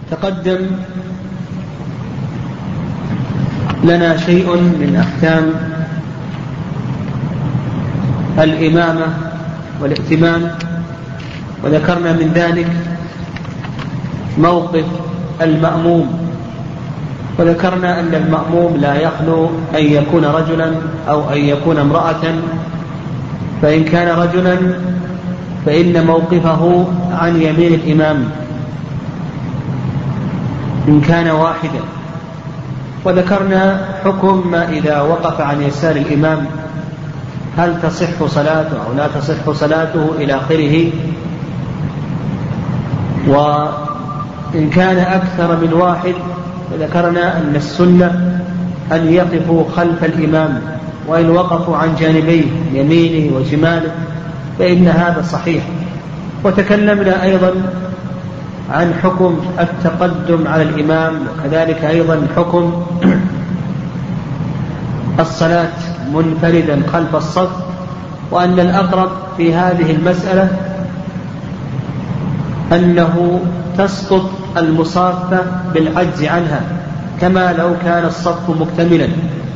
تقدم لنا شيء من أحكام الإمامة والائتمام، وذكرنا من ذلك موقف المأموم، وذكرنا أن المأموم لا يخلو أن يكون رجلا أو أن يكون امرأة، فإن كان رجلا فإن موقفه عن يمين الإمام إن كان واحدا. وذكرنا حكم ما إذا وقف عن يسار الإمام، هل تصح صلاته أو لا تصح صلاته إلى آخره. وإن كان أكثر من واحد فذكرنا أن السنة أن يقفوا خلف الإمام، وإن وقفوا عن جانبيه يمينه وشماله فإن هذا صحيح. وتكلمنا أيضا عن حكم التقدم على الإمام، وكذلك أيضا حكم الصلاة منفردا خلف الصف، وأن الأقرب في هذه المسألة أنه تسقط المصافة بالعجز عنها كما لو كان الصف مكتملا.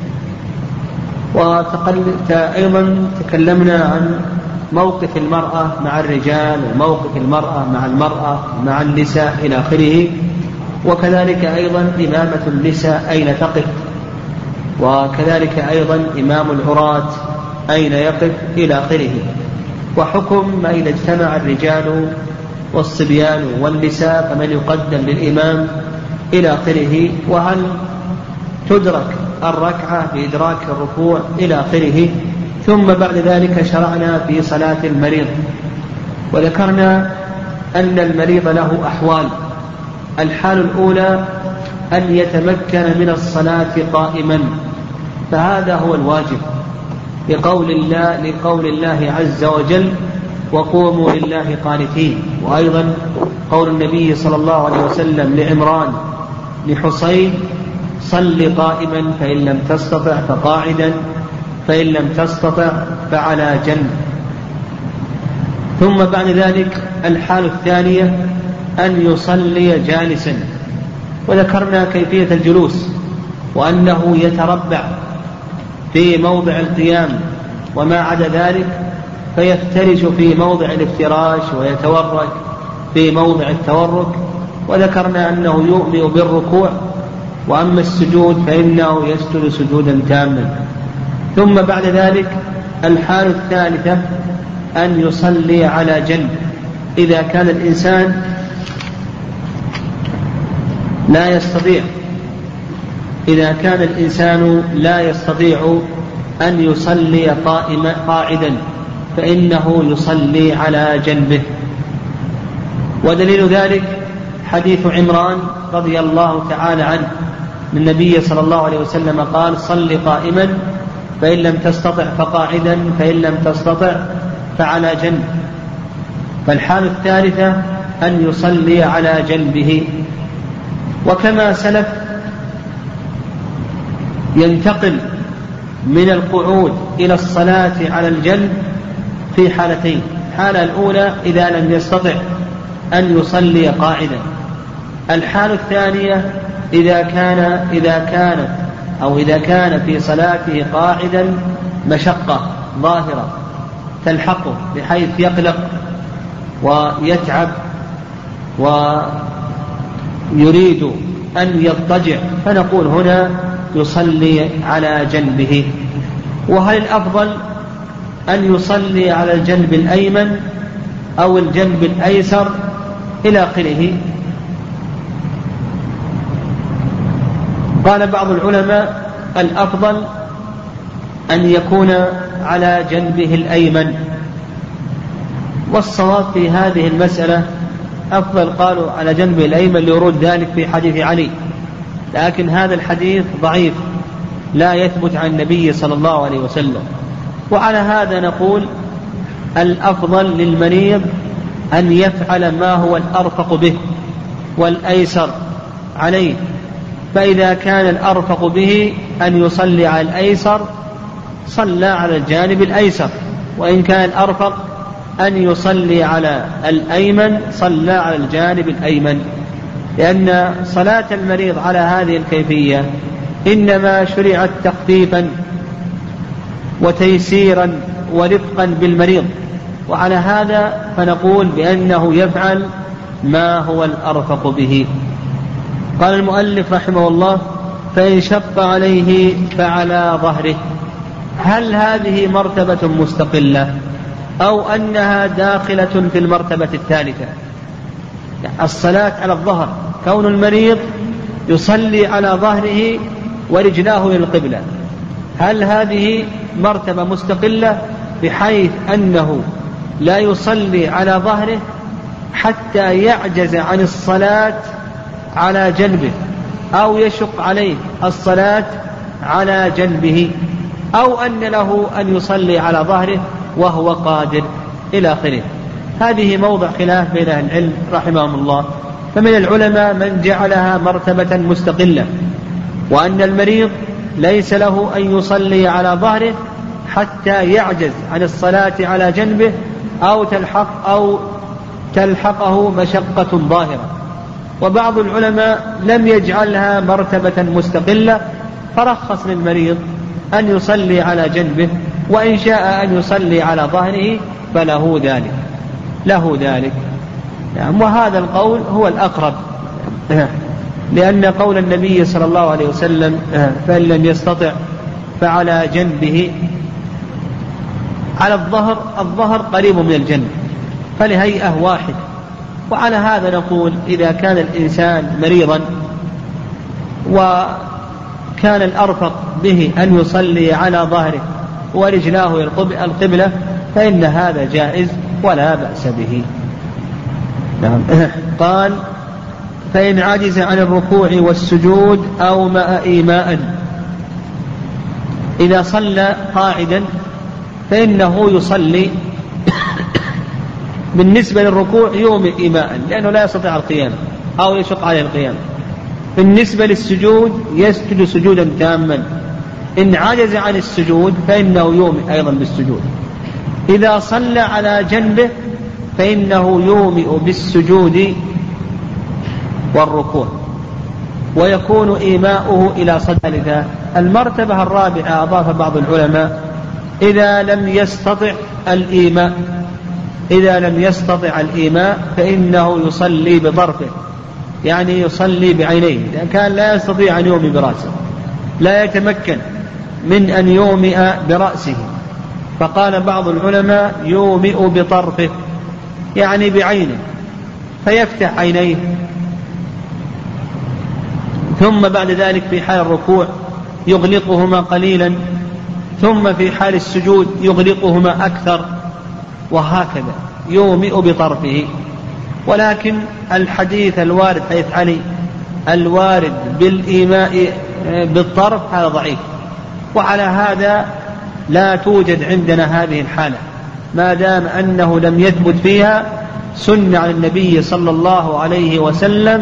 وأيضا تكلمنا عن موقف المرأة مع الرجال، وموقف المرأة مع المرأة مع النساء إلى آخره، وكذلك أيضا إمامة النساء أين تقف، وكذلك أيضا إمام العراة أين يقف إلى آخره. وحكم ما إذا اجتمع الرجال والصبيان والنساء فمن يقدم للإمام إلى آخره، وهل تدرك الركعة بإدراك الركوع إلى آخره. ثم بعد ذلك شرعنا في صلاة المريض، وذكرنا أن المريض له أحوال. الحال الأولى أن يتمكن من الصلاة قائما، فهذا هو الواجب لقول الله عز وجل: وقوموا لله قانتين. وأيضا قول النبي صلى الله عليه وسلم لعمران لحسين: صل قائما فإن لم تستطع فقاعدا فإن لم تستطع فعلى جنب. ثم بعد ذلك الحال الثانية أن يصلي جالسا، وذكرنا كيفية الجلوس، وأنه يتربع في موضع القيام وما عدا ذلك فيفترش في موضع الافتراش ويتورك في موضع التورك. وذكرنا أنه يؤمن بالركوع، وأما السجود فإنه يسجد سجودا تاما. ثم بعد ذلك الحال الثالثة أن يصلي على جنب إذا كان الإنسان لا يستطيع أن يصلي قاعدا فإنه يصلي على جنبه. ودليل ذلك حديث عمران رضي الله تعالى عنه من النبي صلى الله عليه وسلم قال: صل قائما فإن لم تستطع فقاعدا فإن لم تستطع فعلى جنب. فالحال الثالثة أن يصلي على جنبه. وكما سلف ينتقل من القعود إلى الصلاة على الجنب في حالتين: الحالة الأولى إذا لم يستطع أن يصلي قاعدا. الحالة الثانية إذا كان في صلاته قاعدا مشقة ظاهرة تلحقه بحيث يقلق ويتعب ويريد أن يضطجع، فنقول هنا يصلي على جنبه. وهل الأفضل أن يصلي على الجنب الأيمن أو الجنب الأيسر إلى آخره؟ قال بعض العلماء: الأفضل أن يكون على جنبه الأيمن. والصواب في هذه المسألة أفضل قالوا على جنبه الأيمن لورود ذلك في حديث علي، لكن هذا الحديث ضعيف لا يثبت عن النبي صلى الله عليه وسلم. وعلى هذا نقول الأفضل للمريض أن يفعل ما هو الأرفق به والأيسر عليه، فإذا كان الأرفق به أن يصلي على الأيسر صلى على الجانب الأيسر، وإن كان الأرفق أن يصلي على الأيمن صلى على الجانب الأيمن. لأن صلاة المريض على هذه الكيفية إنما شرعت تخفيفا وتيسيرا ورفقا بالمريض، وعلى هذا فنقول بأنه يفعل ما هو الأرفق به. قال المؤلف رحمه الله: فإن شق عليه فعلى ظهره. هل هذه مرتبة مستقلة أو أنها داخلة في المرتبة الثالثة؟ الصلاة على الظهر، كون المريض يصلي على ظهره ورجلاه إلى القبلة، هل هذه مرتبة مستقلة بحيث أنه لا يصلي على ظهره حتى يعجز عن الصلاة على جنبه، أو يشق عليه الصلاة على جنبه، أو أن له أن يصلي على ظهره وهو قادر إلى آخره؟ هذه موضع خلاف بين أهل العلم رحمهم الله. فمن العلماء من جعلها مرتبة مستقلة، وأن المريض ليس له أن يصلي على ظهره حتى يعجز عن الصلاة على جنبه أو تلحقه مشقة ظاهرة. وبعض العلماء لم يجعلها مرتبة مستقلة، فرخص للمريض أن يصلي على جنبه، وإن شاء أن يصلي على ظهره فله ذلك. وهذا القول هو الأقرب، لأن قول النبي صلى الله عليه وسلم: فإن لم يستطع فعلى جنبه، على الظهر قريب من الجنب، فلهيئة واحد. وعلى هذا نقول: إذا كان الإنسان مريضا وكان الأرفق به أن يصلي على ظهره ورجلاه إلى القبلة فإن هذا جائز ولا بأس به. نعم. قال: فإن عجز عن الركوع والسجود أو مع إيماء. إذا صلى قاعدا فإنه يصلي بالنسبة للركوع يومئ إيماء، لأنه لا يستطيع القيام أو يشق عليه القيام. بالنسبة للسجود يسجد سجودا تاما. إن عجز عن السجود فإنه يومئ أيضا بالسجود. إذا صلى على جنبه فإنه يومئ بالسجود والركوع، ويكون إيماؤه إلى صدر. المرتبة الرابعة أضاف بعض العلماء: إذا لم يستطع الإيماء فإنه يصلي بطرفه، يعني يصلي بعينيه، لأن كان لا يستطيع أن يومئ برأسه، لا يتمكن من أن يومئ برأسه، فقال بعض العلماء: يومئ بطرفه، يعني بعينه، فيفتح عينيه، ثم بعد ذلك في حال الركوع يغلقهما قليلا، ثم في حال السجود يغلقهما أكثر، وهكذا يومئ بطرفه. ولكن الحديث الوارد حديث علي الوارد بالإيماء بالطرف هذا ضعيف، وعلى هذا لا توجد عندنا هذه الحالة، ما دام أنه لم يثبت فيها سنة عن النبي صلى الله عليه وسلم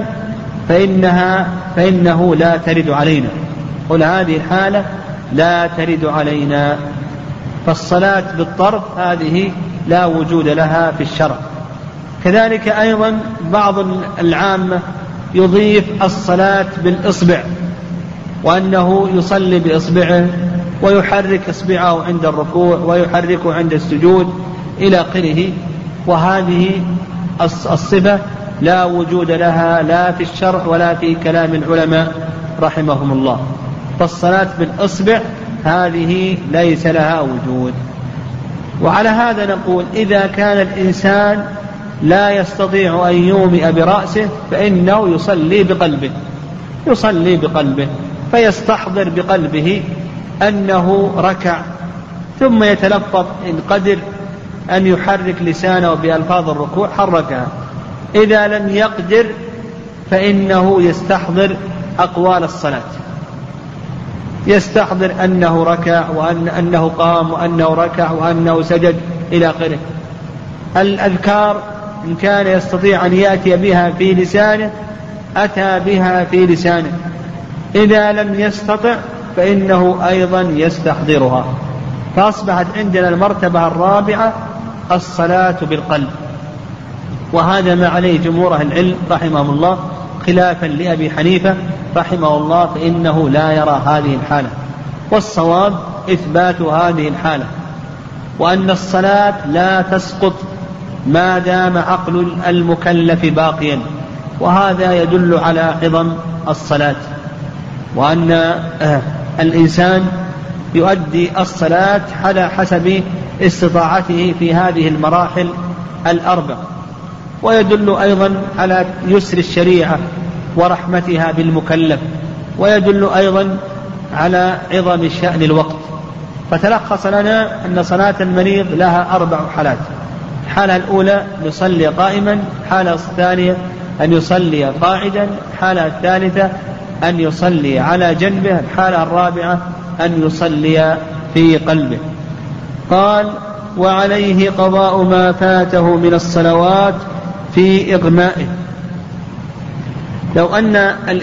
فإنه لا ترد علينا، قل هذه الحالة لا ترد علينا. فالصلاة بالطرف هذه لا وجود لها في الشرع. كذلك أيضا بعض العامة يضيف الصلاة بالإصبع، وأنه يصلي بإصبعه ويحرك إصبعه عند الركوع ويحركه عند السجود إلى آخره، وهذه الصفة لا وجود لها لا في الشرع ولا في كلام العلماء رحمهم الله. فالصلاة بالإصبع هذه ليس لها وجود. وعلى هذا نقول: إذا كان الإنسان لا يستطيع أن يومئ برأسه فإنه يصلي بقلبه، فيستحضر بقلبه أنه ركع، ثم يتلفظ إن قدر أن يحرك لسانه بألفاظ الركوع حركها. إذا لم يقدر فإنه يستحضر أقوال الصلاة، يستحضر أنه ركع وأنه قام وأنه ركع وأنه سجد إلى آخره. الأذكار إن كان يستطيع أن يأتي بها في لسانه أتى بها في لسانه، إذا لم يستطع فإنه أيضا يستحضرها. فأصبحت عندنا المرتبة الرابعة الصلاة بالقلب، وهذا ما عليه جمهور أهل العلم رحمهم الله، خلافا لأبي حنيفة رحمه الله فإنه لا يرى هذه الحالة، والصواب إثبات هذه الحالة، وأن الصلاة لا تسقط ما دام عقل المكلف باقيا، وهذا يدل على عظم الصلاة، وأن الإنسان يؤدي الصلاة على حسب استطاعته في هذه المراحل الأربع. ويدل أيضا على يسر الشريعة ورحمتها بالمكلف، ويدل أيضا على عظم شأن الوقت. فتلخص لنا أن صلاة المريض لها 4 حالات: الحالة الأولى يصلي قائما، الحالة الثانية أن يصلي قاعدا، الحالة الثالثة أن يصلي على جنبه، الحالة الرابعة أن يصلي في قلبه. قال: وعليه قضاء ما فاته من الصلوات في إغمائه. لو أن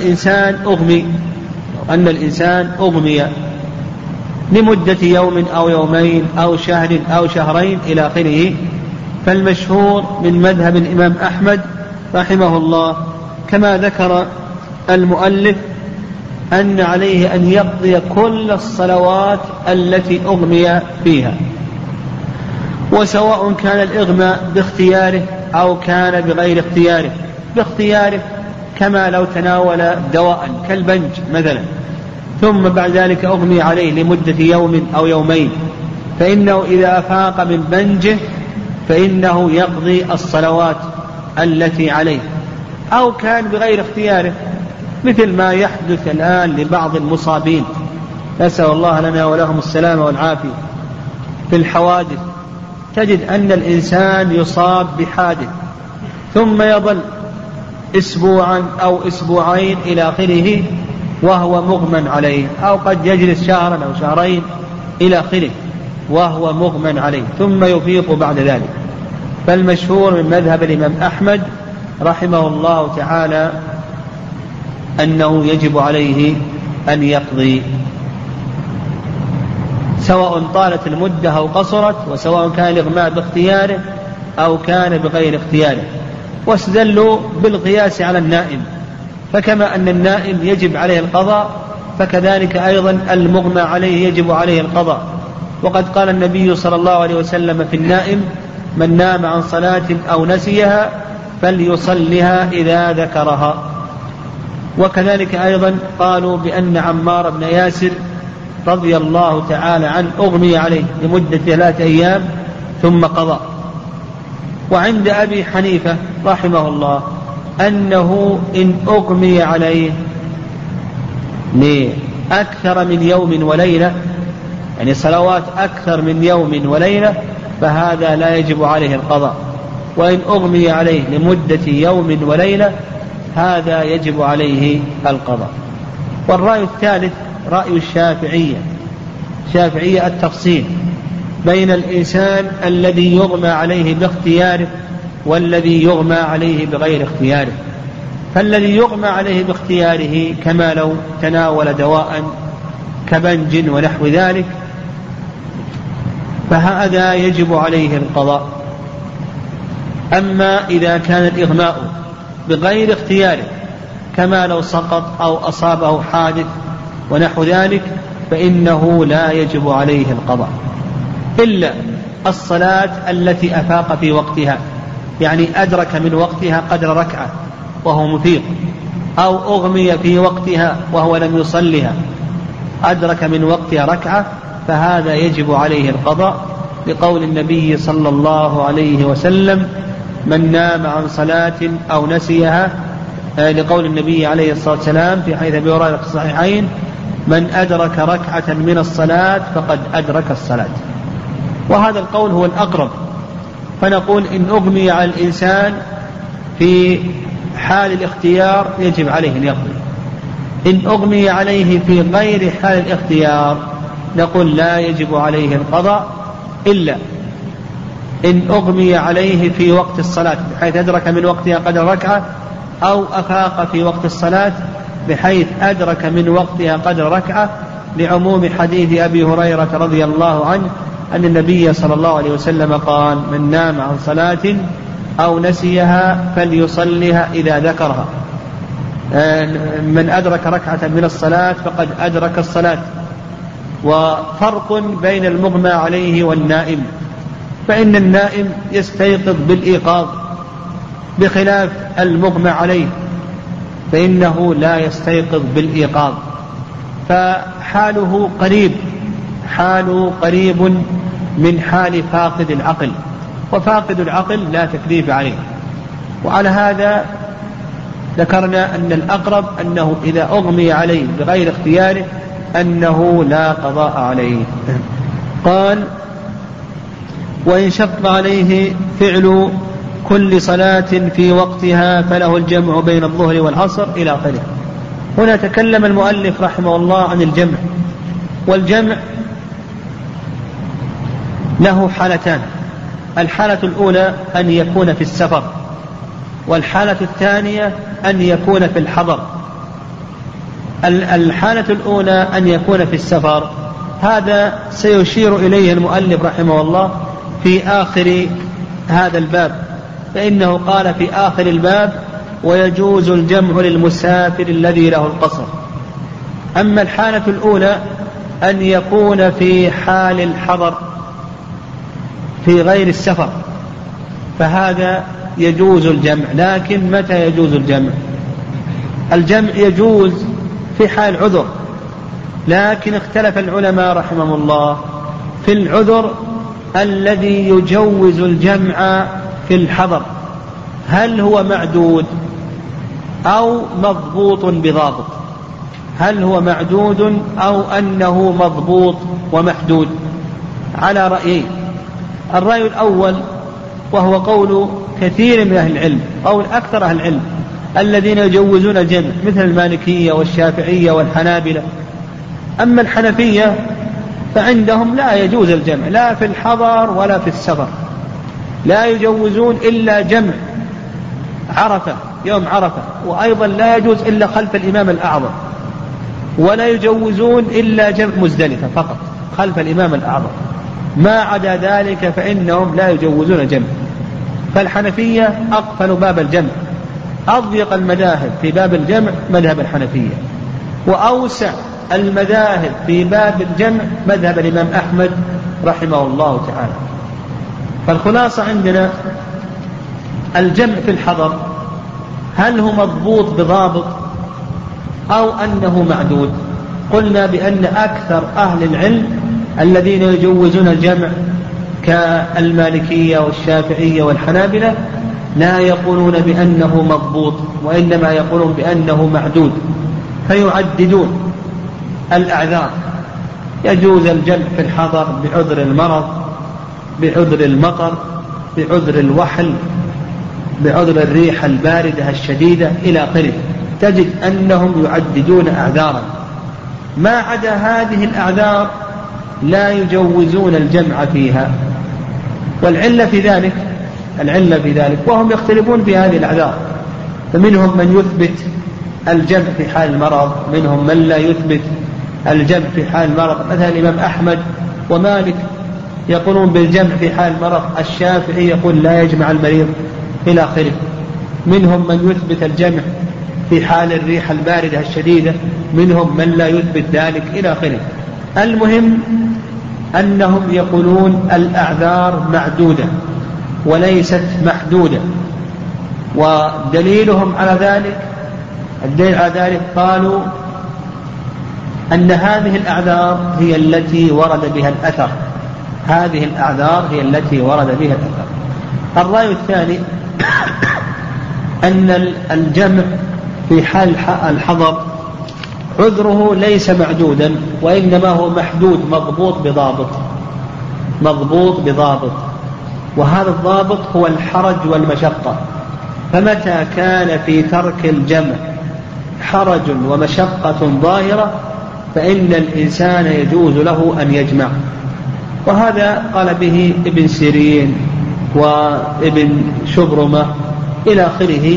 الإنسان أغمي لمدة يوم أو يومين أو شهر أو شهرين إلى آخره، فالمشهور من مذهب الإمام أحمد رحمه الله كما ذكر المؤلف أن عليه أن يقضي كل الصلوات التي أغمي فيها، وسواء كان الإغماء باختياره أو كان بغير اختياره. باختياره كما لو تناول دواء كالبنج مثلا ثم بعد ذلك أغمي عليه لمدة يوم أو يومين، فإنه إذا أفاق من بنجه فإنه يقضي الصلوات التي عليه. أو كان بغير اختياره مثل ما يحدث الآن لبعض المصابين، نسأل الله لنا ولهم السلامة والعافية، في الحوادث تجد أن الإنسان يصاب بحادث ثم يظل أسبوعا أو أسبوعين إلى آخره وهو مغمى عليه، أو قد يجلس شهرا أو شهرين إلى آخره وهو مغمى عليه ثم يفيق بعد ذلك. فالمشهور من مذهب الإمام أحمد رحمه الله تعالى أنه يجب عليه أن يقضي، سواء طالت المدة أو قصرت، وسواء كان الإغماء باختياره أو كان بغير اختياره. واستدلوا بالقياس على النائم، فكما أن النائم يجب عليه القضاء فكذلك أيضا المغمى عليه يجب عليه القضاء. وقد قال النبي صلى الله عليه وسلم في النائم: من نام عن صلاة أو نسيها فليصلها إذا ذكرها. وكذلك أيضا قالوا بأن عمار بن ياسر رضي الله تعالى عنه أغمي عليه لمدة 3 أيام ثم قضى. وعند أبي حنيفة رحمه الله أنه إن أغمي عليه لأكثر من يوم وليلة، يعني صلوات أكثر من يوم وليلة، فهذا لا يجب عليه القضاء. وإن أغمي عليه لمدة يوم وليلة هذا يجب عليه القضاء. والرأي الثالث رأي الشافعية التفصيل بين الإنسان الذي يغمى عليه باختياره والذي يغمى عليه بغير اختياره. فالذي يغمى عليه باختياره كما لو تناول دواء كبنج ونحو ذلك فهذا يجب عليه القضاء. أما إذا كان الإغماء بغير اختياره كما لو سقط أو أصابه حادث ونحو ذلك فإنه لا يجب عليه القضاء، إلا الصلاة التي أفاق في وقتها، يعني أدرك من وقتها قدر ركعة وهو مفيق، أو أغمي في وقتها وهو لم يصلها أدرك من وقتها ركعة، فهذا يجب عليه القضاء، لقول النبي صلى الله عليه وسلم: من نام عن صلاة أو نسيها، لقول النبي عليه الصلاة والسلام في حديث أبي هريرة في الصحيحين: من أدرك ركعة من الصلاة فقد أدرك الصلاة. وهذا القول هو الأقرب، فنقول إن أغمي على الإنسان في حال الاختيار يجب عليه أن يقضي. إن أغمي عليه في غير حال الاختيار نقول لا يجب عليه القضاء، إلا إن أغمي عليه في وقت الصلاة بحيث أدرك من وقتها قدر ركعة، أو أفاق في وقت الصلاة بحيث أدرك من وقتها قدر ركعة، لعموم حديث أبي هريرة رضي الله عنه أن النبي صلى الله عليه وسلم قال: من نام عن صلاة أو نسيها فليصلها إذا ذكرها. من أدرك ركعة من الصلاة فقد أدرك الصلاة. وفرق بين المغمى عليه والنائم، فإن النائم يستيقظ بالإيقاظ بخلاف المغمى عليه فإنه لا يستيقظ بالإيقاظ، فحاله قريب من حال فاقد العقل، وفاقد العقل لا تكليف عليه. وعلى هذا ذكرنا أن الأقرب أنه إذا أغمي عليه بغير اختياره أنه لا قضاء عليه. قال: وإن شق عليه فعل كل صلاة في وقتها فله الجمع بين الظهر والعصر إلى آخره. هنا تكلم المؤلف رحمه الله عن الجمع، والجمع له حالتان: الحالة الأولى أن يكون في السفر، والحالة الثانية أن يكون في الحضر. الحالة الأولى أن يكون في السفر، هذا سيشير إليه المؤلف رحمه الله في آخر هذا الباب، فإنه قال في آخر الباب: ويجوز الجمع للمسافر الذي له القصر. أما الحالة الأولى أن يكون في حال الحضر في غير السفر فهذا يجوز الجمع. لكن متى يجوز الجمع؟ الجمع يجوز في حال عذر، لكن اختلف العلماء رحمهم الله في العذر الذي يجوز الجمع في الحضر، هل هو معدود أو مضبوط بضابط؟ هل هو معدود أو أنه مضبوط ومحدود؟ على رأيين: الرأي الأول وهو قول كثير من أهل العلم، قول أكثر أهل العلم الذين يجوزون الجمع مثل المالكية والشافعية والحنابلة. أما الحنفية فعندهم لا يجوز الجمع لا في الحضر ولا في السفر، لا يجوزون إلا جمع عرفة يوم عرفة، وأيضا لا يجوز إلا خلف الإمام الأعظم، ولا يجوزون إلا جمع مزدلفة فقط خلف الإمام الأعظم، ما عدا ذلك فإنهم لا يجوزون الجمع. فالحنفية أقفل باب الجمع، أضيق المذاهب في باب الجمع مذهب الحنفية، وأوسع المذاهب في باب الجمع مذهب الإمام أحمد رحمه الله تعالى. فالخلاصة عندنا الجمع في الحضر هل هو مضبوط بضابط أو أنه معدود؟ قلنا بأن أكثر أهل العلم الذين يجوزون الجمع كالمالكية والشافعية والحنابلة لا يقولون بأنه مضبوط، وإنما يقولون بأنه معدود، فيعددون الأعذار. يجوز الجمع في الحضر بعذر المرض، بعذر المطر، بعذر الوحل، بعذر الريح الباردة الشديدة إلى آخره. تجد أنهم يعددون أعذارا، ما عدا هذه الأعذار لا يجوزون الجمع فيها. والعلة في ذلك وهم يختلفون في هذه الأعذار، فمنهم من يثبت الجمع في حال المرض، منهم من لا يثبت الجمع في حال المرض، مثلا الإمام أحمد ومالك يقولون بالجمع في حال المرض، الشافعي يقول لا يجمع المريض إلى آخره. منهم من يثبت الجمع في حال الريح الباردة الشديدة، منهم من لا يثبت ذلك إلى آخره. المهم أنهم يقولون الأعذار معدودة وليست محدودة، ودليلهم على ذلك قالوا أن هذه الأعذار هي التي ورد بها الأثر، هذه الأعذار هي التي ورد بها الأثر. الرأي الثاني أن الجمع في حال الحضر عذره ليس معدودا، وإنما هو محدود مضبوط بضابط، وهذا الضابط هو الحرج والمشقة. فمتى كان في ترك الجمع حرج ومشقة ظاهرة فإن الإنسان يجوز له أن يجمع. وهذا قال به ابن سيرين وابن شبرمة إلى آخره.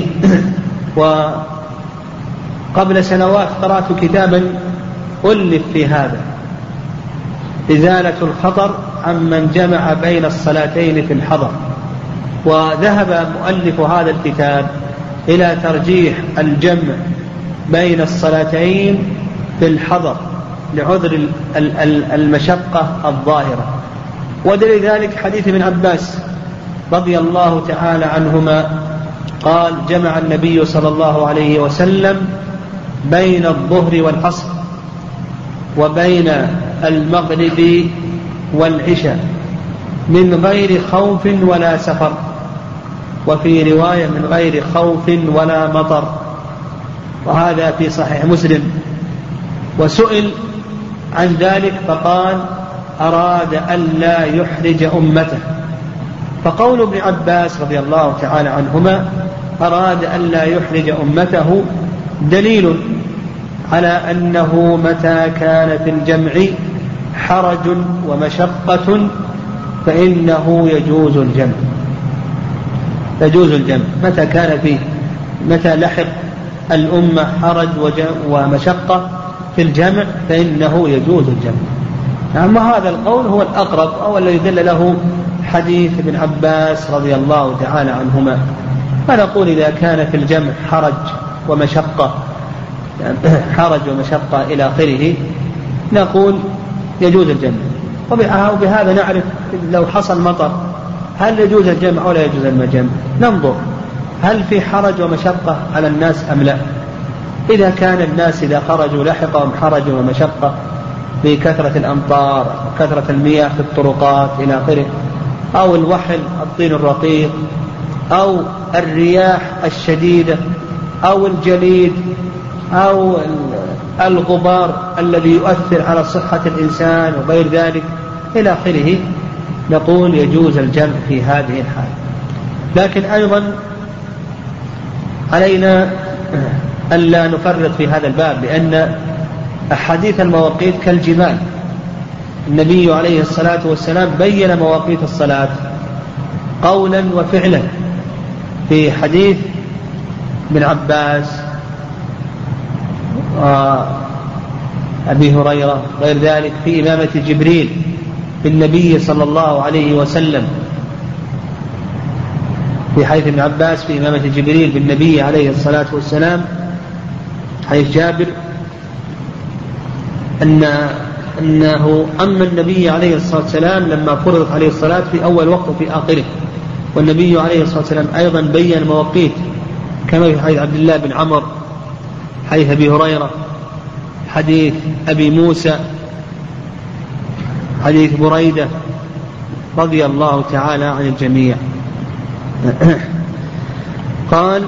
وقبل سنوات قرأت كتابا ألف في هذا، إزالة الخطر عمن جمع بين الصلاتين في الحضر، وذهب مؤلف هذا الكتاب إلى ترجيح الجمع بين الصلاتين في الحضر لعذر المشقة الظاهرة. ودليل ذلك حديث ابن عباس رضي الله تعالى عنهما قال: جمع النبي صلى الله عليه وسلم بين الظهر والعصر وبين المغرب والعشاء من غير خوف ولا سفر، وفي رواية من غير خوف ولا مطر، وهذا في صحيح مسلم. وسئل عن ذلك فقال: أراد أن لا يحرج أمته. فقول ابن عباس رضي الله تعالى عنهما أراد أن لا يحرج أمته دليل على أنه متى كان في الجمع حرج ومشقة فإنه يجوز الجمع. يجوز الجمع متى كان فيه، متى لحق الأمة حرج ومشقة في الجمع فإنه يجوز الجمع. أما هذا القول هو الأقرب أو الذي دل له حديث ابن عباس رضي الله تعالى عنهما. فنقول إذا كان في الجمع حرج ومشقة إلى آخره نقول يجوز الجمع. وبهذا نعرف لو حصل مطر هل يجوز الجمع أو لا يجوز الجمع. ننظر هل في حرج ومشقة على الناس أم لا. إذا كان الناس إذا خرجوا لحقهم حرج ومشقة بكثرة الأمطار وكثرة المياه في الطرقات إلى آخره، أو الوحل الطين الرقيق، أو الرياح الشديدة، أو الجليد، أو الغبار الذي يؤثر على صحة الإنسان وغير ذلك إلى آخره، نقول يجوز الجمع في هذه الحال. لكن أيضا علينا ألا نفرط في هذا الباب، لأن أحاديث المواقيت كالجبال. النبي عليه الصلاة والسلام بين مواقيت الصلاة قولا وفعلا في حديث ابن عباس وأبي هريرة غير ذلك في إمامة جبريل بالنبي صلى الله عليه وسلم، في حديث ابن عباس في إمامة جبريل بالنبي عليه الصلاة والسلام حديث جابر أنه أما النبي عليه الصلاة والسلام لما فرضت عليه الصلاة في أول وقت وفي آخره. والنبي عليه الصلاة والسلام أيضا بين مواقيت كما في حديث عبد الله بن عمر، حديث أبي هريرة، حديث أبي موسى، حديث بريدة رضي الله تعالى عن الجميع. قال: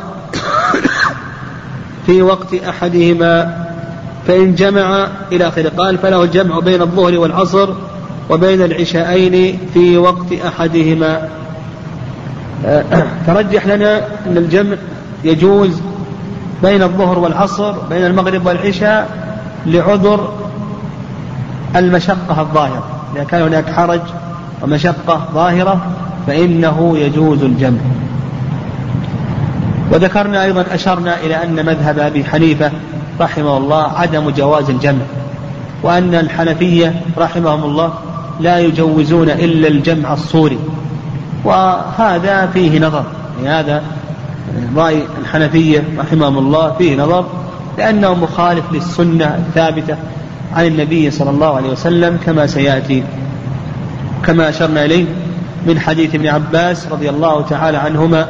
في وقت أحدهما فإن جمع إلى آخره. قال: فله الجمع بين الظهر والعصر وبين العشاءين في وقت أحدهما. ترجح لنا أن الجمع يجوز بين الظهر والعصر بين المغرب والعشاء لعذر المشقة الظاهرة. إذا كان هناك حرج ومشقة ظاهرة فإنه يجوز الجمع. وذكرنا أيضا أشرنا إلى أن مذهب أبي حنيفة رحمه الله عدم جواز الجمع، وأن الحنفية رحمهم الله لا يجوزون إلا الجمع الصوري، وهذا فيه نظر. هذا رأي الحنفية رحمهم الله فيه نظر، لأنه مخالف للسنة الثابتة عن النبي صلى الله عليه وسلم كما سيأتي، كما أشرنا إليه من حديث ابن عباس رضي الله تعالى عنهما.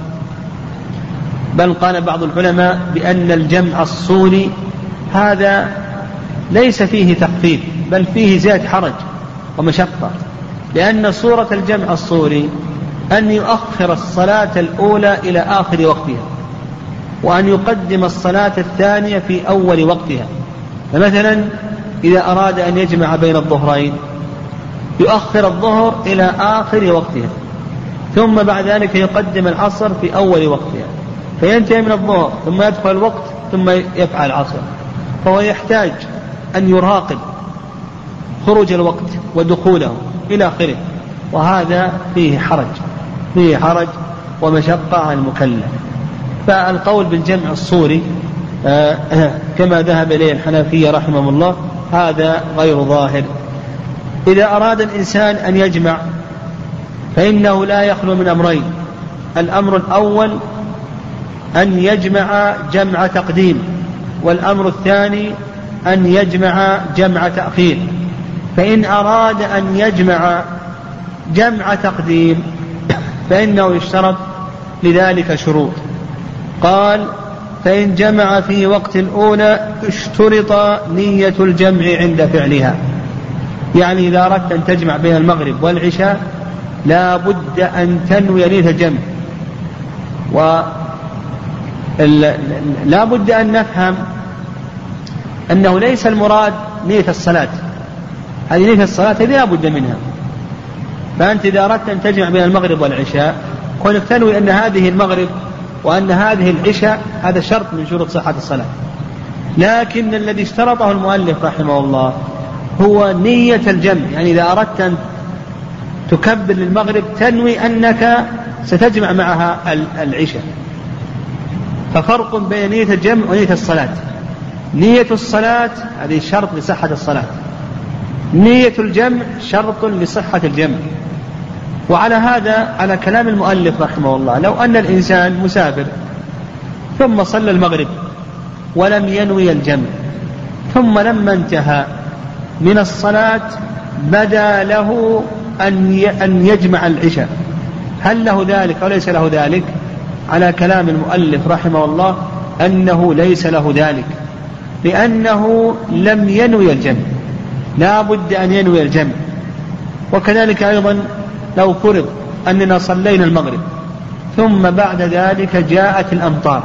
بل قال بعض العلماء بأن الجمع الصوري هذا ليس فيه تخفيف بل فيه زيادة حرج ومشقة، لأن صورة الجمع الصوري أن يؤخر الصلاة الأولى إلى آخر وقتها، وأن يقدم الصلاة الثانية في أول وقتها. فمثلا إذا أراد أن يجمع بين الظهرين يؤخر الظهر إلى آخر وقتها، ثم بعد ذلك يقدم العصر في أول وقتها، فينتهي من الظهر ثم يدخل الوقت ثم يفعل العصر. فهو يحتاج أن يراقب خروج الوقت ودخوله إلى آخره، وهذا فيه حرج ومشقة على المكلف. فالقول بالجمع الصوري كما ذهب إليه الحنفية رحمه الله هذا غير ظاهر. إذا أراد الإنسان أن يجمع فإنه لا يخلو من أمرين: الأمر الأول أن يجمع جمع تقديم، والأمر الثاني أن يجمع جمع تأخير، فإن أراد أن يجمع جمع تقديم فإنه يشترط لذلك شروط. قال: فإن جمع في وقت الأولى اشترط نية الجمع عند فعلها. يعني إذا أردت أن تجمع بين المغرب والعشاء لا بد أن تنوي نية الجمع، ولا بد أن نفهم أنه ليس المراد نية الصلاة، هذه نية الصلاة هذه لا بد منها. فأنت إذا أردت أن تجمع بين المغرب والعشاء كونك تنوي أن هذه المغرب وأن هذه العشاء هذا شرط من شروط صحة الصلاة، لكن الذي اشترطه المؤلف رحمه الله هو نية الجمع. يعني إذا أردت أن تكبر للمغرب تنوي أنك ستجمع معها العشاء، ففرق بين نية الجمع ونية الصلاة. نية الصلاة هذه شرط لصحة الصلاة، نية الجمع شرط لصحة الجمع. وعلى هذا على كلام المؤلف رحمه الله، لو أن الإنسان مسافر ثم صلى المغرب ولم ينوي الجمع، ثم لما انتهى من الصلاة بدا له أن يجمع العشاء، هل له ذلك أو ليس له ذلك؟ على كلام المؤلف رحمه الله أنه ليس له ذلك، لأنه لم ينوي الجمع، لا بد أن ينوي الجمع. وكذلك أيضا لو فرض أننا صلينا المغرب ثم بعد ذلك جاءت الأمطار،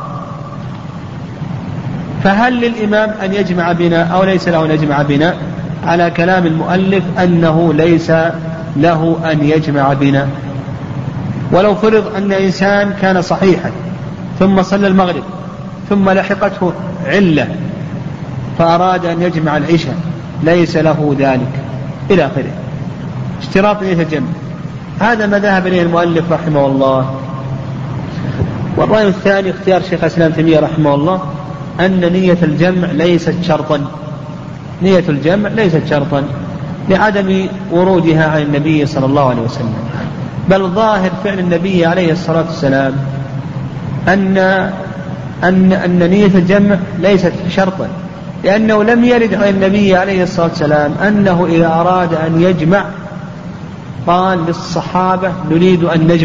فهل للإمام أن يجمع بنا أو ليس له أن يجمع بنا؟ على كلام المؤلف أنه ليس له أن يجمع بنا. ولو فرض أن إنسان كان صحيحا ثم صلى المغرب ثم لحقته علة فأراد أن يجمع العشاء ليس له ذلك إلى آخره. اشتراط نية الجمع هذا ما ذهب إليه المؤلف رحمه الله. والرأي الثاني اختيار شيخ الإسلام تيمية رحمه الله أن نية الجمع ليست شرطا، نية الجمع ليست شرطا لعدم ورودها عن النبي صلى الله عليه وسلم، بل ظاهر فعل النبي عليه الصلاة والسلام أن نية الجمع ليست شرطا، لأنه لم يرد عن النبي عليه الصلاة والسلام أنه إذا أراد أن يجمع قال للصحابة نريد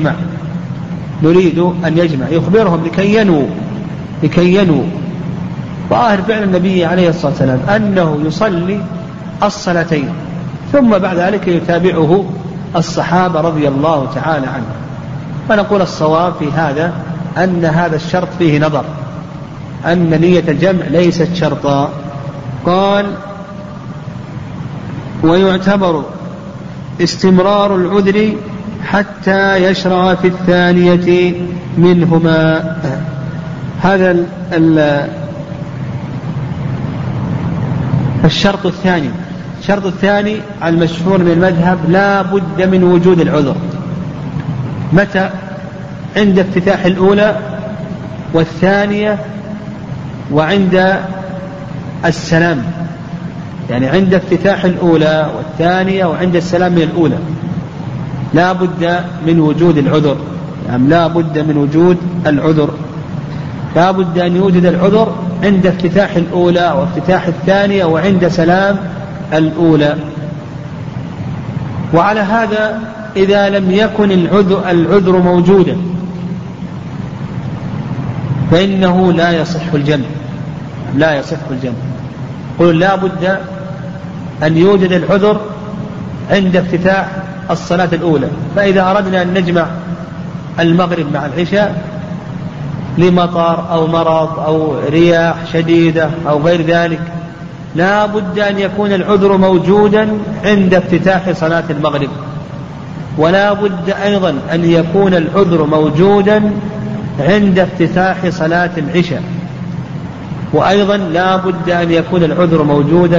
أن نجمع يخبرهم لكي ينووا. ظاهر فعل النبي عليه الصلاة والسلام أنه يصلي الصلاتين ثم بعد ذلك يتابعه الصحابة رضي الله تعالى عنهم. فنقول الصواب في هذا أن هذا الشرط فيه نظر، أن نية الجمع ليست شرطا. قال: ويعتبر استمرار العذر حتى يشرع في الثانية منهما. هذا الشرط الثاني. الشرط الثاني المشهور من المذهب لا بد من وجود العذر. متى؟ عند افتتاح الأولى والثانية وعند السلام، يعني عند افتتاح الأولى والثانية وعند السلام من الأولى لا بد من وجود العذر، يعني لا بد من وجود العذر، لا بد أن يوجد العذر عند افتتاح الأولى وافتتاح الثانية وعند سلام الأولى. وعلى هذا إذا لم يكن العذر موجودا فإنه لا يصح الجمع. قل لا بد أن يوجد العذر عند افتتاح الصلاة الأولى. فإذا أردنا أن نجمع المغرب مع العشاء لمطر أو مرض أو رياح شديدة أو غير ذلك لا بد أن يكون العذر موجودا عند افتتاح صلاة المغرب، ولا بد أيضا أن يكون العذر موجودا عند افتتاح صلاة العشاء، وأيضا لا بد أن يكون العذر موجودا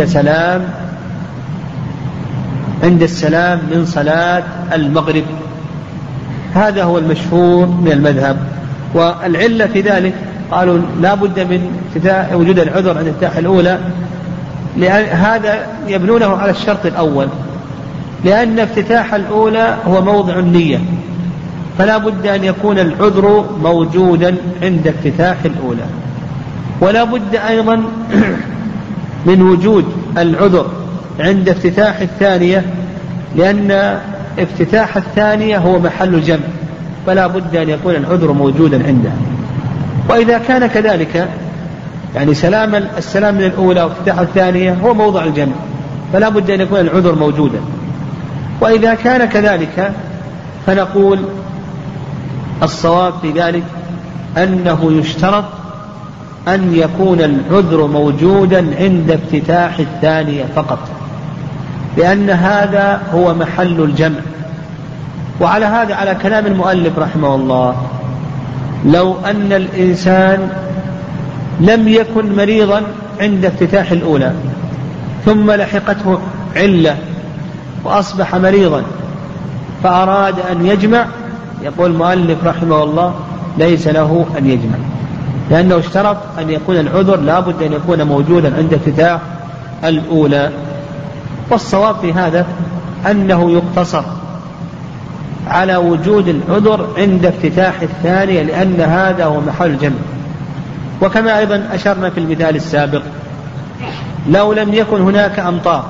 عند السلام من صلاة المغرب. هذا هو المشهور من المذهب. والعلة في ذلك قالوا لا بد من وجود العذر عند افتتاح الأولى، لأن هذا يبنونه على الشرط الأول، لأن افتتاح الأولى هو موضع النية، فلا بد أن يكون العذر موجودا عند افتتاح الأولى. ولا بد أيضا من وجود العذر عند افتتاح الثانية، لأن افتتاح الثانية هو محل الجمع، فلا بد أن يكون العذر موجودا عندها. وإذا كان كذلك يعني السلام من الأولى وافتتاح الثانية هو موضع الجمع، فلا بد أن يكون العذر موجودا. وإذا كان كذلك فنقول الصواب في ذلك أنه يشترط أن يكون العذر موجودا عند افتتاح الثانية فقط، لأن هذا هو محل الجمع. وعلى هذا على كلام المؤلف رحمه الله، لو أن الإنسان لم يكن مريضا عند افتتاح الأولى ثم لحقته علة وأصبح مريضا فأراد أن يجمع، يقول المؤلف رحمه الله ليس له أن يجمع، لأنه اشترط أن يكون العذر لا بد أن يكون موجودا عند افتتاح الأولى. والصواب في هذا أنه يقتصر على وجود العذر عند افتتاح الثانية، لأن هذا هو محل الجمع. وكما أيضا أشرنا في المثال السابق، لو لم يكن هناك أمطار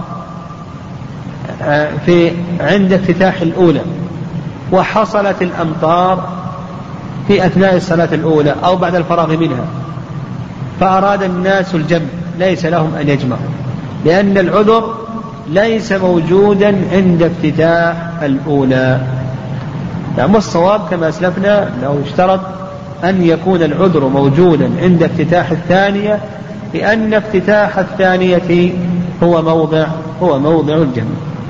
عند افتتاح الأولى وحصلت الأمطار في أثناء الصلاة الأولى أو بعد الفراغ منها فأراد الناس الجمع، ليس لهم أن يجمعوا، لأن العذر ليس موجودا عند افتتاح الأولى. يعني الصواب كما أسلفنا لو اشترط أن يكون العذر موجودا عند افتتاح الثانية، لأن افتتاح الثانية هو موضع الجمع.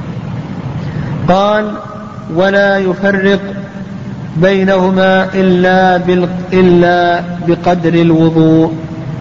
قال ولا يفرق بينهما إلا بقدر الوضوء.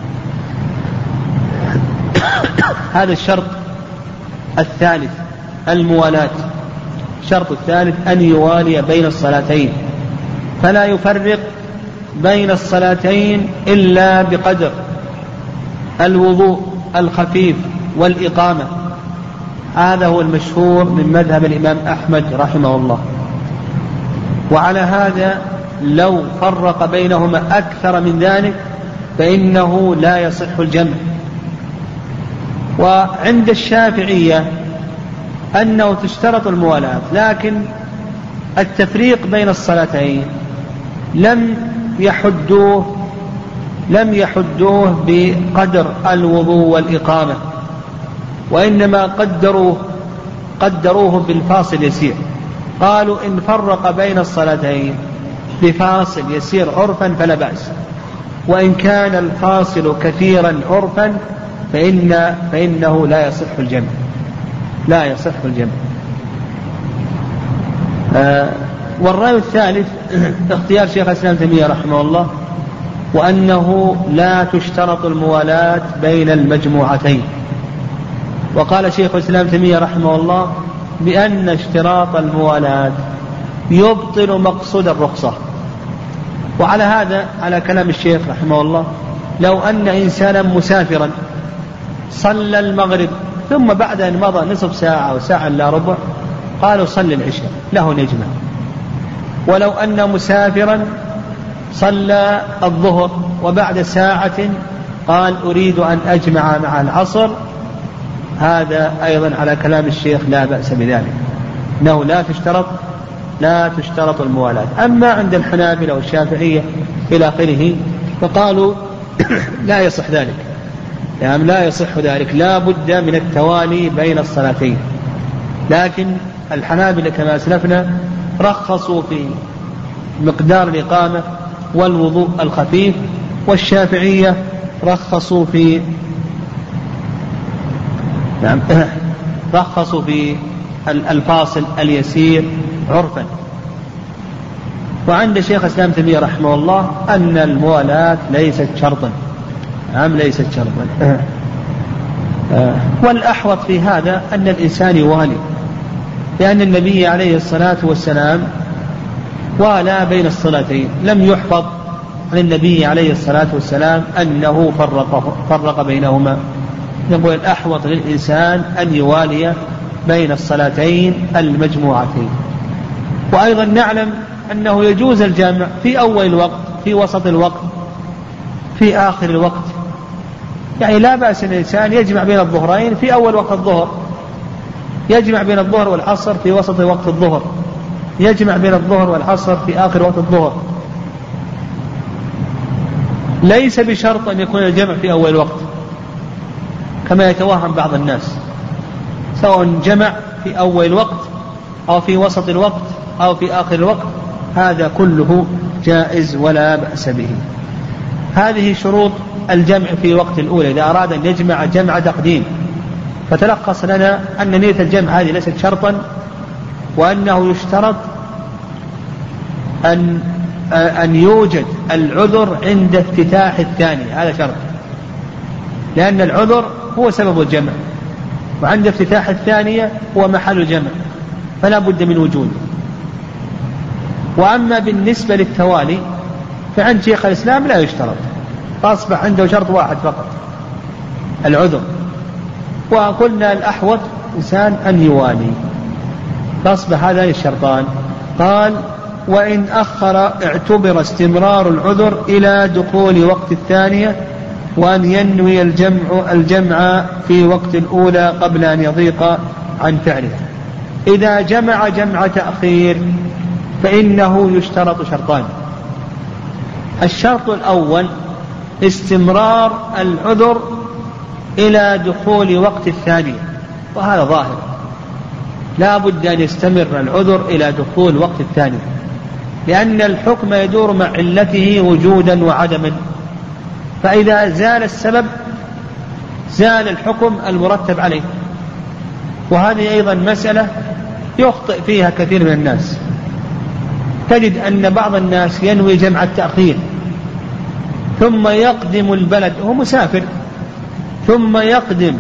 هذا الشرط الثالث الموالاة. الشرط الثالث أن يوالي بين الصلاتين، فلا يفرق بين الصلاتين إلا بقدر الوضوء الخفيف والإقامة. هذا هو المشهور من مذهب الإمام أحمد رحمه الله. وعلى هذا لو فرق بينهما أكثر من ذلك فإنه لا يصح الجمع. وعند الشافعية أنه تشترط الموالاة، لكن التفريق بين الصلاتين لم يحدوه بقدر الوضوء والإقامة، وإنما قدروه بالفاصل يسير. قالوا إن فرق بين الصلاتين بفاصل يسير عرفا فلا بأس، وإن كان الفاصل كثيرا عرفا فإنه لا يصح الجمع. والرأي الثالث اختيار شيخ الإسلام تيمية رحمه الله، وأنه لا تشترط الموالاة بين المجموعتين. وقال شيخ الإسلام تيمية رحمه الله بأن اشتراط الموالاة يبطل مقصود الرخصة. وعلى هذا على كلام الشيخ رحمه الله، لو أن إنسانا مسافرا صلى المغرب ثم بعد أن مضى نصف ساعة أو ساعة إلا ربع قالوا صلي العشاء، له نجمة. ولو أن مسافرا صلى الظهر وبعد ساعة قال أريد أن أجمع مع العصر، هذا أيضا على كلام الشيخ لا بأس بذلك، إنه لا تشترط الموالاة. أما عند الحنابلة والشافعية إلى آخره فقالوا لا يصح ذلك، يعني لا يصح ذلك، لا بد من التوالي بين الصلاتين. لكن الحنابلة كما أسلفنا رخصوا في مقدار الإقامة والوضوء الخفيف، والشافعية رخصوا في الفاصل اليسير عرفا. وعند شيخ الإسلام تيمية رحمه الله أن الموالاة ليست شرطا، والأحوط في هذا أن الإنسان يوالي، لأن النبي عليه الصلاة والسلام والى بين الصلاتين، لم يحفظ عن النبي عليه الصلاة والسلام أنه فرق بينهما. نقول الأحوط للإنسان أن يوالي بين الصلاتين المجموعتين. وأيضا نعلم أنه يجوز الجمع في أول الوقت، في وسط الوقت، في آخر الوقت، يعني لا بأس الإنسان يجمع بين الظهرين في أول وقت الظهر، يجمع بين الظهر والعصر في وسط وقت الظهر، يجمع بين الظهر والعصر في آخر وقت الظهر. ليس بشرط أن يكون الجمع في أول وقت كما يتوهم بعض الناس، سواء جمع في أول الوقت أو في وسط الوقت أو في آخر الوقت، هذا كله جائز ولا بأس به. هذه شروط الجمع في وقت الأولى إذا أراد أن يجمع جمع تقديم. فتلخص لنا أن نية الجمع هذه ليست شرطا، وأنه يشترط أن يوجد العذر عند افتتاح الثانية، هذا شرط، لأن العذر هو سبب الجمع، وعند افتتاح الثانية هو محل الجمع، فلا بد من وجوده. وأما بالنسبة للتوالي فعند شيخ الإسلام لا يشترط، فأصبح عنده شرط واحد فقط، العذر. وقلنا الأحوط إنسان أن يوالي، فأصبح هذا الشرطان. قال: وإن أخر اعتبر استمرار العذر إلى دخول وقت الثانية، وأن ينوي الجمع في وقت الأولى قبل أن يضيق عن فعله. إذا جمع جمع تأخير فإنه يشترط شرطان: الشرط الأول استمرار العذر إلى دخول وقت الثانية، وهذا ظاهر، لا بد أن يستمر العذر إلى دخول وقت الثانية، لأن الحكم يدور مع علته وجودا وعدما، فإذا زال السبب زال الحكم المرتب عليه. وهذه أيضا مسألة يخطئ فيها كثير من الناس. تجد أن بعض الناس ينوي جمع التأخير ثم يقدم البلد، هو مسافر، ثم يقدم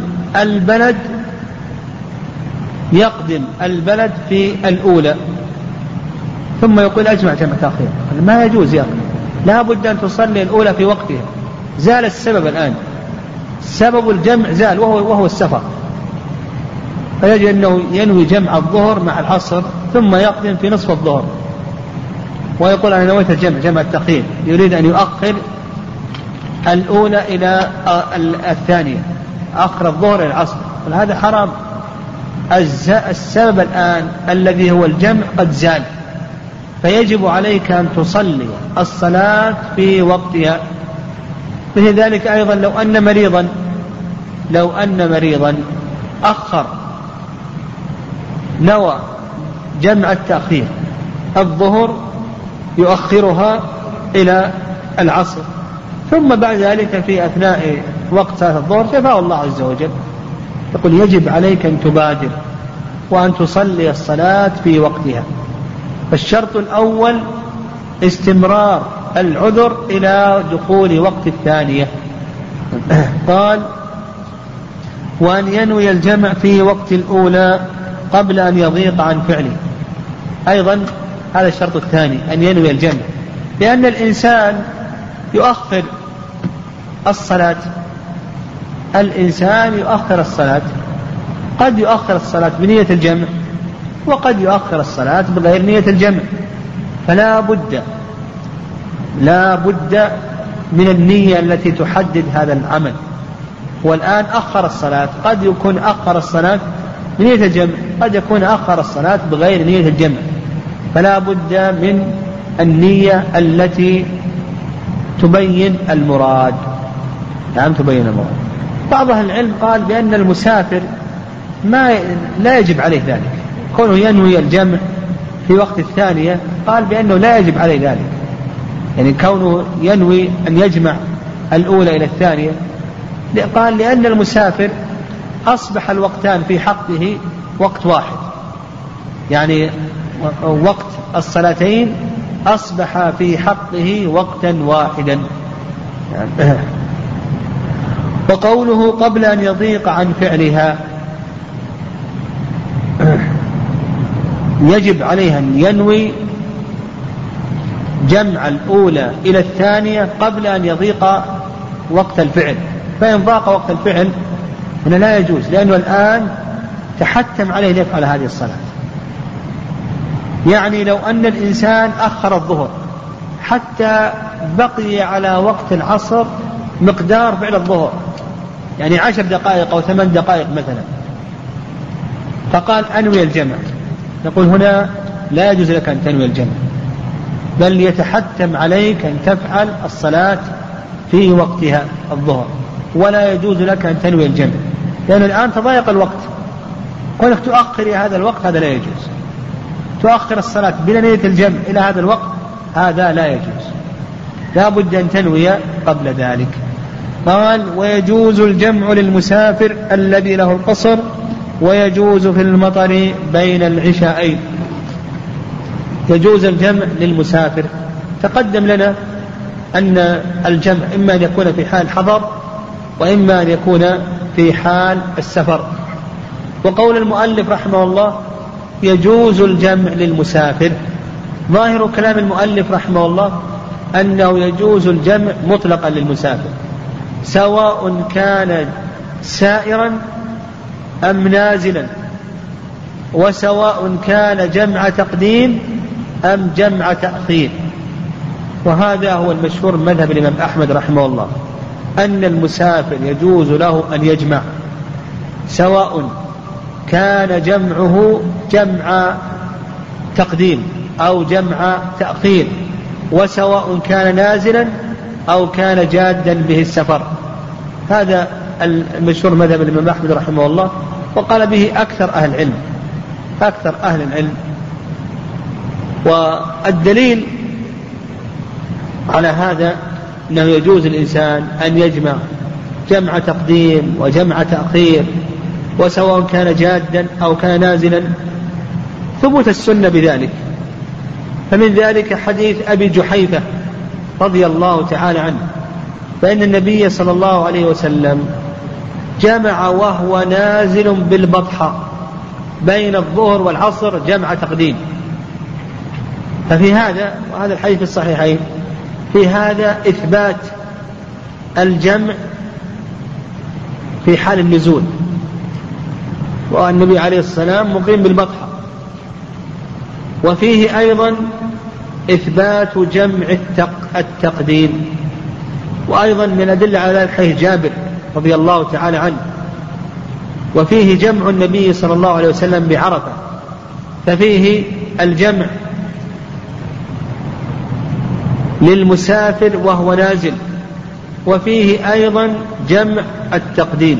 البلد في الأولى، ثم يقول أجمع جمع تأخير. ما يجوز يا أخي، لا بد أن تصلي الأولى في وقتها. زال السبب الآن، سبب الجمع زال وهو السفر، فيجب أنه ينوي جمع الظهر مع العصر ثم يقدم في نصف الظهر ويقول أنا نويت الجمع جمع التأخير، يريد أن يؤخر الأولى إلى الثانية، أخر الظهر إلى العصر، هذا حرام. السبب الآن الذي هو الجمع قد زال، فيجب عليك أن تصلي الصلاة في وقتها. مثل ذلك أيضا لو أن مريضا أخر نوى جمع التأخير الظهر يؤخرها إلى العصر، ثم بعد ذلك في أثناء وقت صلاة الظهر شفاه الله عز وجل، يقول يجب عليك أن تبادر وأن تصلي الصلاة في وقتها. فالشرط الأول استمرار العذر إلى دخول وقت الثانية. قال: وأن ينوي الجمع في وقت الأولى قبل أن يضيق عن فعله. أيضا هذا الشرط الثاني، أن ينوي الجمع، لأن الإنسان يؤخر الصلاة، قد يؤخر الصلاة بنية الجمع، وقد يؤخر الصلاة بغير نية الجمع، فلا بد من النية التي تحدد هذا العمل. والآن أخر الصلاة، قد يكون أخر الصلاة بنية الجمع، قد يكون أخر الصلاة بغير نية الجمع، فلا بد من النية التي تبين المراد. تبين المراد. بعض أهل العلم قال بأن المسافر لا يجب عليه ذلك، كونه ينوي الجمع في وقت الثانية، قال بأنه لا يجب عليه ذلك، يعني كونه ينوي أن يجمع الأولى إلى الثانية، قال لأن المسافر أصبح الوقتان في حقه وقت واحد، يعني وقت الصلاتين أصبح في حقه وقتا واحدا. وقوله قبل أن يضيق عن فعلها، يجب عليها أن ينوي جمع الأولى إلى الثانية قبل أن يضيق وقت الفعل، فإن ضاق وقت الفعل هنا لا يجوز، لأنه الآن تحتم عليه يفعل هذه الصلاة. يعني لو أن الإنسان أخر الظهر حتى بقي على وقت العصر مقدار فعل الظهر، يعني 10 دقائق أو 8 دقائق مثلا، فقال أنوي الجمع، نقول هنا لا يجوز لك أن تنوي الجمع، بل يتحتم عليك أن تفعل الصلاة في وقتها الظهر، ولا يجوز لك أن تنوي الجمع، لأن الآن تضايق الوقت، كونك تؤخر هذا الوقت هذا لا يجوز، تؤخر الصلاة بلا نية الجمع إلى هذا الوقت هذا لا يجوز، لا بد أن تنوي قبل ذلك. قال ويجوز الجمع للمسافر الذي له القصر، ويجوز في المطر بين العشاءين. يجوز الجمع للمسافر، تقدم لنا أن الجمع إما أن يكون في حال حضر وإما أن يكون في حال السفر. وقول المؤلف رحمه الله يجوز الجمع للمسافر، ظاهر كلام المؤلف رحمه الله أنه يجوز الجمع مطلقا للمسافر، سواء كان سائرا أم نازلا، وسواء كان جمع تقديم أم جمع تأخير. وهذا هو المشهور من مذهب الإمام أحمد رحمه الله، أن المسافر يجوز له أن يجمع، سواء كان جمعه جمع تقديم أو جمع تأخير، وسواء كان نازلا أو كان جادا به السفر. هذا المشهور مذهب الإمام أحمد رحمه الله، وقال به أكثر أهل العلم، أكثر أهل العلم. والدليل على هذا أنه يجوز الإنسان أن يجمع جمع تقديم وجمع تأخير، وسواء كان جادا أو كان نازلا، ثبوت السنة بذلك. فمن ذلك حديث أبي جحيفة رضي الله تعالى عنه، فإن النبي صلى الله عليه وسلم جمع وهو نازل بالبطحة بين الظهر والعصر جمع تقديم. ففي هذا، وهذا الحديث في الصحيحين، في هذا إثبات الجمع في حال النزول، والنبي عليه السلام مقيم بالبطحة. وفيه أيضا إثبات جمع التقديم. وأيضا من الأدلة على ذلك حديث جابر رضي الله تعالى عنه، وفيه جمع النبي صلى الله عليه وسلم بعرفة، ففيه الجمع للمسافر وهو نازل، وفيه أيضا جمع التقديم.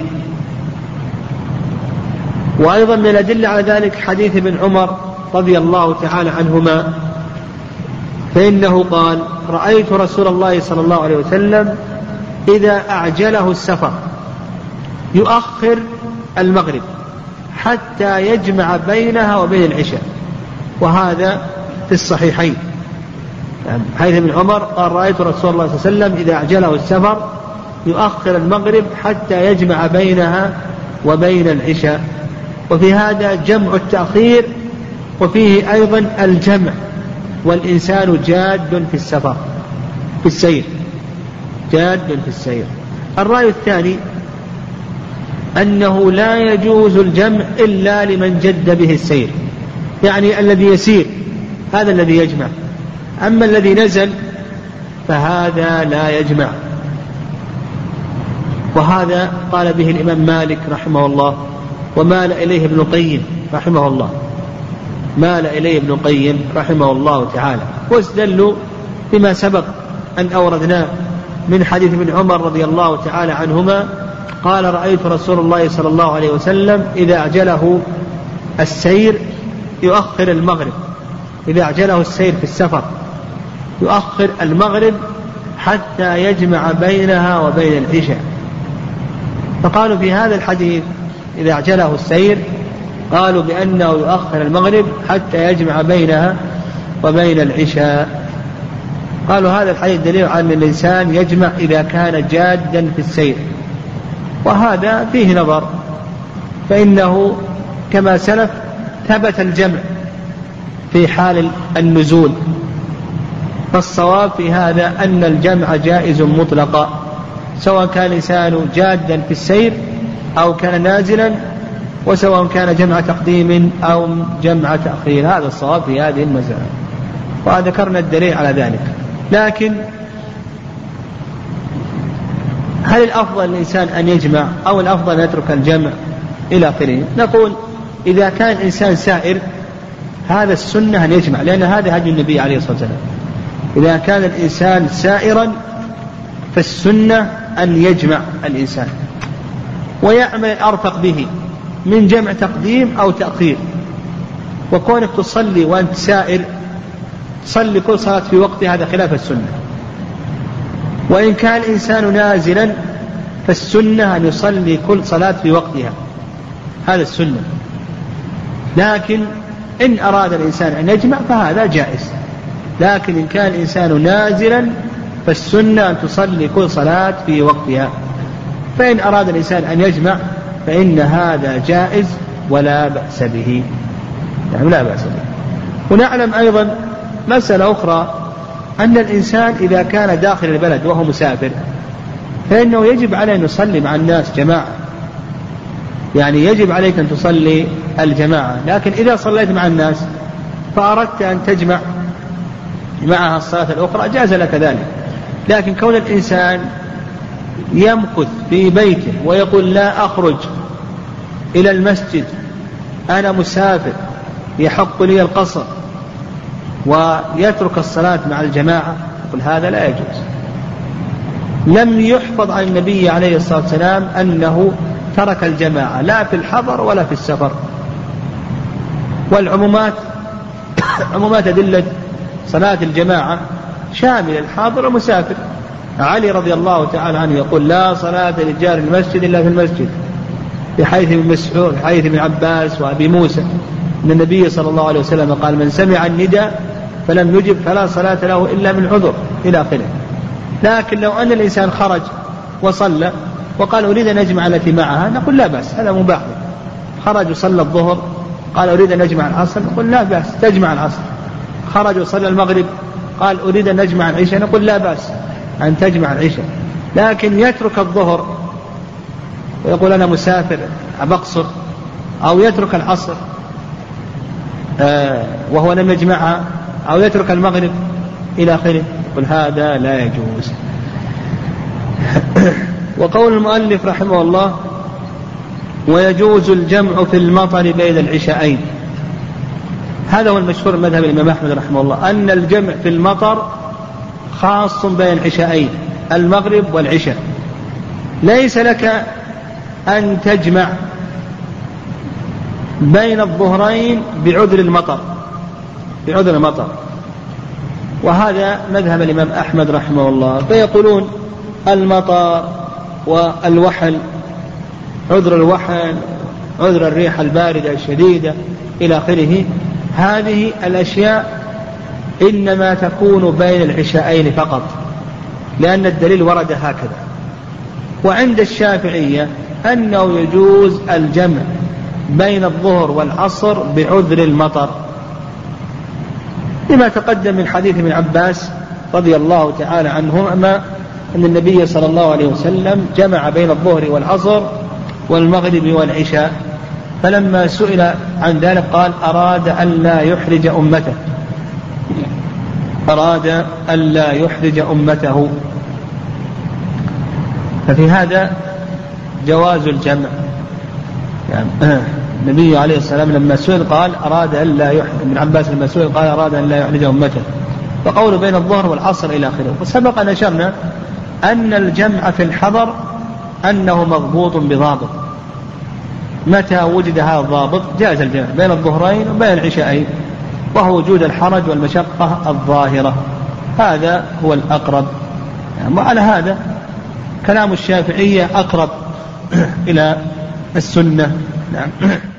وأيضا من الأدلة على ذلك حديث ابن عمر رضي الله تعالى عنهما، فإنه قال رأيت رسول الله صلى الله عليه وسلم إذا أعجله السفر يؤخر المغرب حتى يجمع بينها وبين العشاء. وهذا في الصحيحين، حيث ابن عمر قال رأيت رسول الله صلى الله عليه وسلم إذا أعجله السفر يؤخر المغرب حتى يجمع بينها وبين العشاء. وفي هذا جمع التأخير، وفيه أيضا الجمع والإنسان جاد في السفر في السير، جاد في السير. الرأي الثاني أنه لا يجوز الجمع إلا لمن جد به السير، يعني الذي يسير هذا الذي يجمع، أما الذي نزل فهذا لا يجمع. وهذا قال به الإمام مالك رحمه الله، ومال إليه ابن القيم رحمه الله، مال إليه ابن القيم رحمه الله تعالى، واستدلوا بما سبق أن أوردناه من حديث ابن عمر رضي الله تعالى عنهما قال رأيت رسول الله صلى الله عليه وسلم إذا أعجله السير يؤخر المغرب، إذا أعجله السير في السفر يؤخر المغرب حتى يجمع بينها وبين العشاء. فقالوا في هذا الحديث إذا أعجله السير قالوا بأنه يؤخر المغرب حتى يجمع بينها وبين العشاء. قالوا هذا الحديث دليل على أن الإنسان يجمع إذا كان جادا في السير، وهذا فيه نظر، فإنه كما سلف ثبت الجمع في حال النزول، فالصواب في هذا أن الجمع جائز مطلقا، سواء كان الإنسان جادا في السير أو كان نازلا، وسواء كان جمع تقديم أو جمع تأخير. هذا الصواب في هذه المسألة، وذكرنا الدليل على ذلك. لكن هل الأفضل الإنسان أن يجمع أو الأفضل أن يترك الجمع إلى آخره؟ نقول إذا كان الإنسان سائر هذا السنة أن يجمع، لأن هذا هدي النبي عليه الصلاة والسلام. إذا كان الإنسان سائرا فالسنة أن يجمع الإنسان ويعمل الأرفق به من جمع تقديم أو تأخير. وكونك تصلي وأنت سائر تصلي كل صلاة في وقتها هذا خلاف السنة. وإن كان الإنسان نازلا فالسنة أن يصلي كل صلاة في وقتها، هذا السنة. لكن إن أراد الإنسان أن يجمع فهذا جائز، لكن إن كان الإنسان نازلا فالسنة أن تصلي كل صلاة في وقتها. فإن أراد الإنسان أن يجمع فإن هذا جائز ولا بأس به، يعني لا بأس به. ونعلم أيضا مسألة أخرى، أن الإنسان إذا كان داخل البلد وهو مسافر فإنه يجب عليه أن يصلي مع الناس جماعة، يعني يجب عليك أن تصلي الجماعة. لكن إذا صليت مع الناس فأردت أن تجمع معها الصلاة الأخرى جاز لك ذلك. لكن كون الإنسان يمكث في بيته ويقول لا أخرج إلى المسجد أنا مسافر يحق لي القصر، ويترك الصلاة مع الجماعة، يقول هذا لا يجوز. لم يحفظ عن النبي عليه الصلاة والسلام أنه ترك الجماعة لا في الحضر ولا في السفر. والعمومات عمومات أدلة صلاة الجماعة شامل الحاضر والمسافر. علي رضي الله تعالى عنه يقول لا صلاة للجار المسجد إلا في المسجد، في حديث ابن مسعود، في حديث ابن عباس وأبي موسى أن النبي صلى الله عليه وسلم قال من سمع النداء فلم يجب فلا صلاة له إلا من عذر إلى آخره. لكن لو أن الإنسان خرج وصلى وقال أريد أن أجمع التي معها نقول لا بأس، هذا مباح. خرج وصلى الظهر قال أريد أن أجمع العصر نقول لا بأس تجمع العصر. خرج وصلى المغرب قال أريد أن أجمع العشاء نقول لا بأس أن تجمع العشاء. لكن يترك الظهر ويقول أنا مسافر بقصر، أو يترك العصر وهو لم يجمعها، أو يترك المغرب إلى آخره، يقول هذا لا يجوز. وقول المؤلف رحمه الله ويجوز الجمع في المطر بين العشاءين، هذا هو المشهور مذهب الإمام أحمد رحمه الله، أن الجمع في المطر خاص بين العشاءين المغرب والعشاء. ليس لك أن تجمع بين الظهرين بعذر المطر، وهذا مذهب الإمام أحمد رحمه الله. فيقولون المطر والوحل، عذر الوحل، عذر الريح الباردة الشديدة إلى آخره، هذه الأشياء إنما تكون بين العشاءين فقط، لأن الدليل ورد هكذا. وعند الشافعية أنه يجوز الجمع بين الظهر والعصر بعذر المطر، لما تقدم من حديث ابن عباس رضي الله تعالى عنهما أن النبي صلى الله عليه وسلم جمع بين الظهر والعصر والمغرب والعشاء، فلما سئل عن ذلك قال أراد ألا يحرج أمته. ففي هذا جواز الجمع، يعني النبي عليه الصلاة والسلام لما سئل قال أراد أن لا يحرج، ابن عباس لما سئل قال أراد أن لا يحرج أمته، فقوله بين الظهر والعصر إلى آخره. وسبق أن أشرنا أن الجمع في الحضر أنه مضبوط بضابط، متى وجد هذا الضابط جاز الجمع بين الظهرين وبين العشاءين، وهو وجود الحرج والمشقة الظاهرة، هذا هو الأقرب. وعلى هذا كلام الشافعية أقرب إلى السنة. نعم.